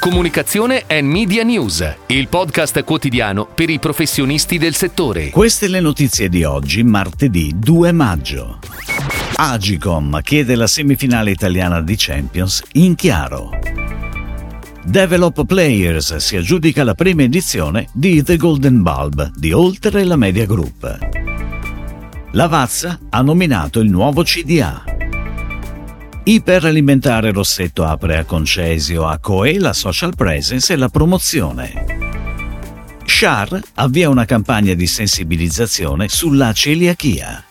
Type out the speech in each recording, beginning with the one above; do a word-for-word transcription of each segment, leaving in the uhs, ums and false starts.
Comunicazione and Media News, il podcast quotidiano per i professionisti del settore. Queste le notizie di oggi, martedì due maggio. Agicom chiede la semifinale italiana di Champions in chiaro. Develop Players si aggiudica la prima edizione di The Golden Bulb di Oltre la Media Group. Lavazza ha nominato il nuovo C D A. Iperalimentare Rossetto apre a Concesio a Coe la social presence e la promozione. Char avvia una campagna di sensibilizzazione sulla celiachia.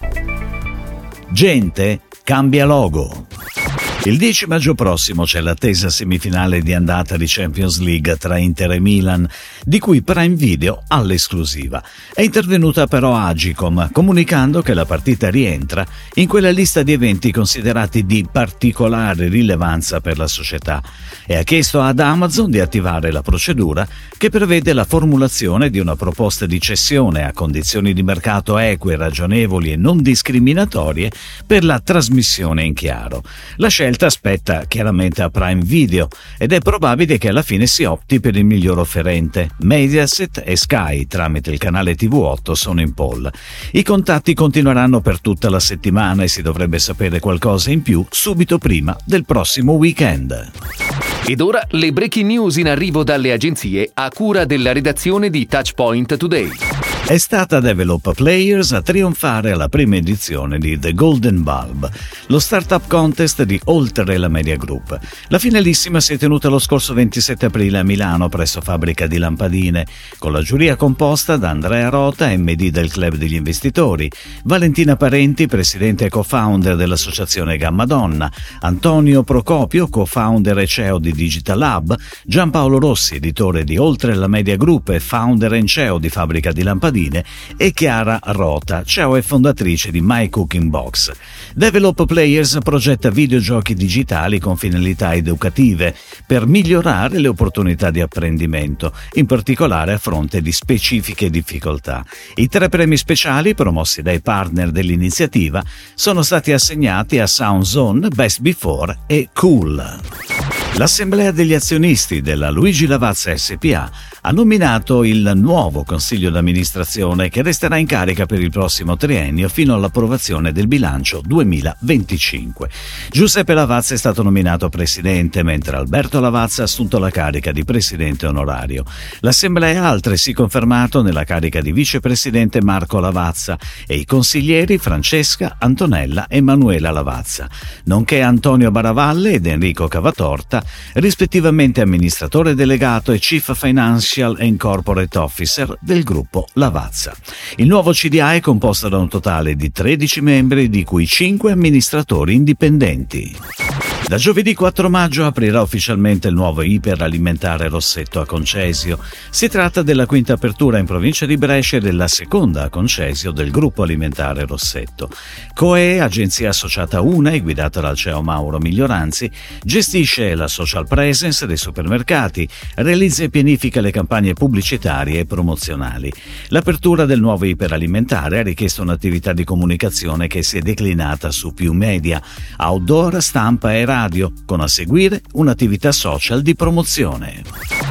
Gente cambia logo. Il dieci maggio prossimo c'è l'attesa semifinale di andata di Champions League tra Inter e Milan, di cui Prime Video ha l'esclusiva. È intervenuta però Agicom, comunicando che la partita rientra in quella lista di eventi considerati di particolare rilevanza per la società e ha chiesto ad Amazon di attivare la procedura che prevede la formulazione di una proposta di cessione a condizioni di mercato eque, ragionevoli e non discriminatorie per la trasmissione in chiaro. La scelta aspetta chiaramente a Prime Video ed è probabile che alla fine si opti per il miglior offerente. Mediaset e Sky tramite il canale T V otto sono in poll. I contatti continueranno per tutta la settimana e si dovrebbe sapere qualcosa in più subito prima del prossimo weekend. Ed ora le breaking news in arrivo dalle agenzie a cura della redazione di Touchpoint Today. È stata Develop Players a trionfare alla prima edizione di The Golden Bulb, lo startup contest di Oltre la Media Group. La finalissima si è tenuta lo scorso ventisette aprile a Milano presso Fabbrica di Lampadine, con la giuria composta da Andrea Rota, M D del Club degli Investitori, Valentina Parenti, presidente e co-founder dell'associazione Gamma Donna, Antonio Procopio, co-founder e C E O di Digital Lab, Giampaolo Rossi, editore di Oltre la Media Group e founder e C E O di Fabbrica di Lampadine, e Chiara Rota, C E O e fondatrice di My Cooking Box. Develop Players progetta videogiochi digitali con finalità educative per migliorare le opportunità di apprendimento, in particolare a fronte di specifiche difficoltà. I tre premi speciali, promossi dai partner dell'iniziativa, sono stati assegnati a Sound Zone, Best Before e Cool. L'Assemblea degli azionisti della Luigi Lavazza S P A ha nominato il nuovo consiglio d'amministrazione che resterà in carica per il prossimo triennio fino all'approvazione del bilancio duemilaventicinque. Giuseppe Lavazza è stato nominato presidente, mentre Alberto Lavazza ha assunto la carica di presidente onorario. L'Assemblea ha altresì confermato nella carica di vicepresidente Marco Lavazza e i consiglieri Francesca, Antonella e Manuela Lavazza, nonché Antonio Baravalle ed Enrico Cavatorta, rispettivamente amministratore delegato e Chief Financial and Corporate Officer del gruppo Lavazza. Il nuovo C D A è composto da un totale di tredici membri, di cui cinque amministratori indipendenti. Da giovedì quattro maggio aprirà ufficialmente il nuovo iperalimentare Rossetto a Concesio. Si tratta della quinta apertura in provincia di Brescia e della seconda a Concesio del gruppo alimentare Rossetto. Coe, agenzia associata una e guidata dal C E O Mauro Miglioranzi, gestisce la social presence dei supermercati, realizza e pianifica le campagne pubblicitarie e promozionali. L'apertura del nuovo iperalimentare ha richiesto un'attività di comunicazione che si è declinata su più media, outdoor, stampa e radio, con a seguire un'attività social di promozione.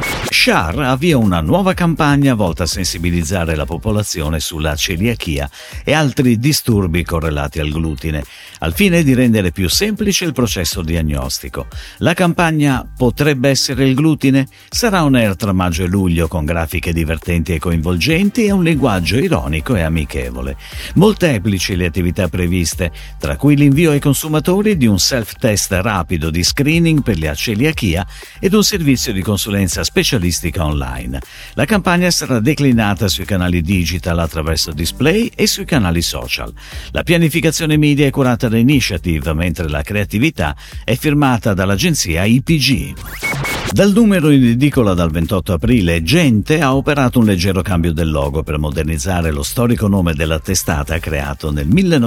Char avvia una nuova campagna volta a sensibilizzare la popolazione sulla celiachia e altri disturbi correlati al glutine, al fine di rendere più semplice il processo diagnostico. La campagna Potrebbe essere il glutine sarà on air tra maggio e luglio, con grafiche divertenti e coinvolgenti e un linguaggio ironico e amichevole. Molteplici le attività previste, tra cui l'invio ai consumatori di un self-test rapido di screening per la celiachia ed un servizio di consulenza specialistica online. La campagna sarà declinata sui canali digital attraverso display e sui canali social. La pianificazione media è curata da Initiative, mentre la creatività è firmata dall'agenzia I P G. Dal numero in edicola dal ventotto aprile, Gente ha operato un leggero cambio del logo per modernizzare lo storico nome della testata creato nel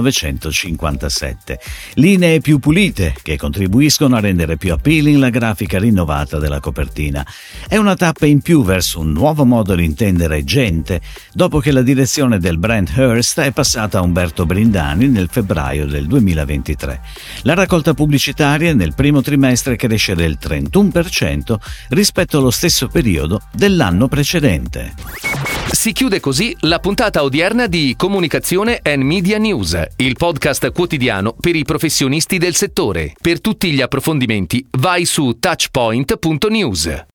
millenovecentocinquantasette. Linee più pulite che contribuiscono a rendere più appealing la grafica rinnovata della copertina. È una tappa in più verso un nuovo modo di intendere Gente, dopo che la direzione del brand Hearst è passata a Umberto Brindani nel febbraio del duemilaventitré. La raccolta pubblicitaria nel primo trimestre cresce del trentuno per cento cento rispetto allo stesso periodo dell'anno precedente. Si chiude così la puntata odierna di Comunicazione and Media News, il podcast quotidiano per i professionisti del settore. Per tutti gli approfondimenti vai su touchpoint punto news.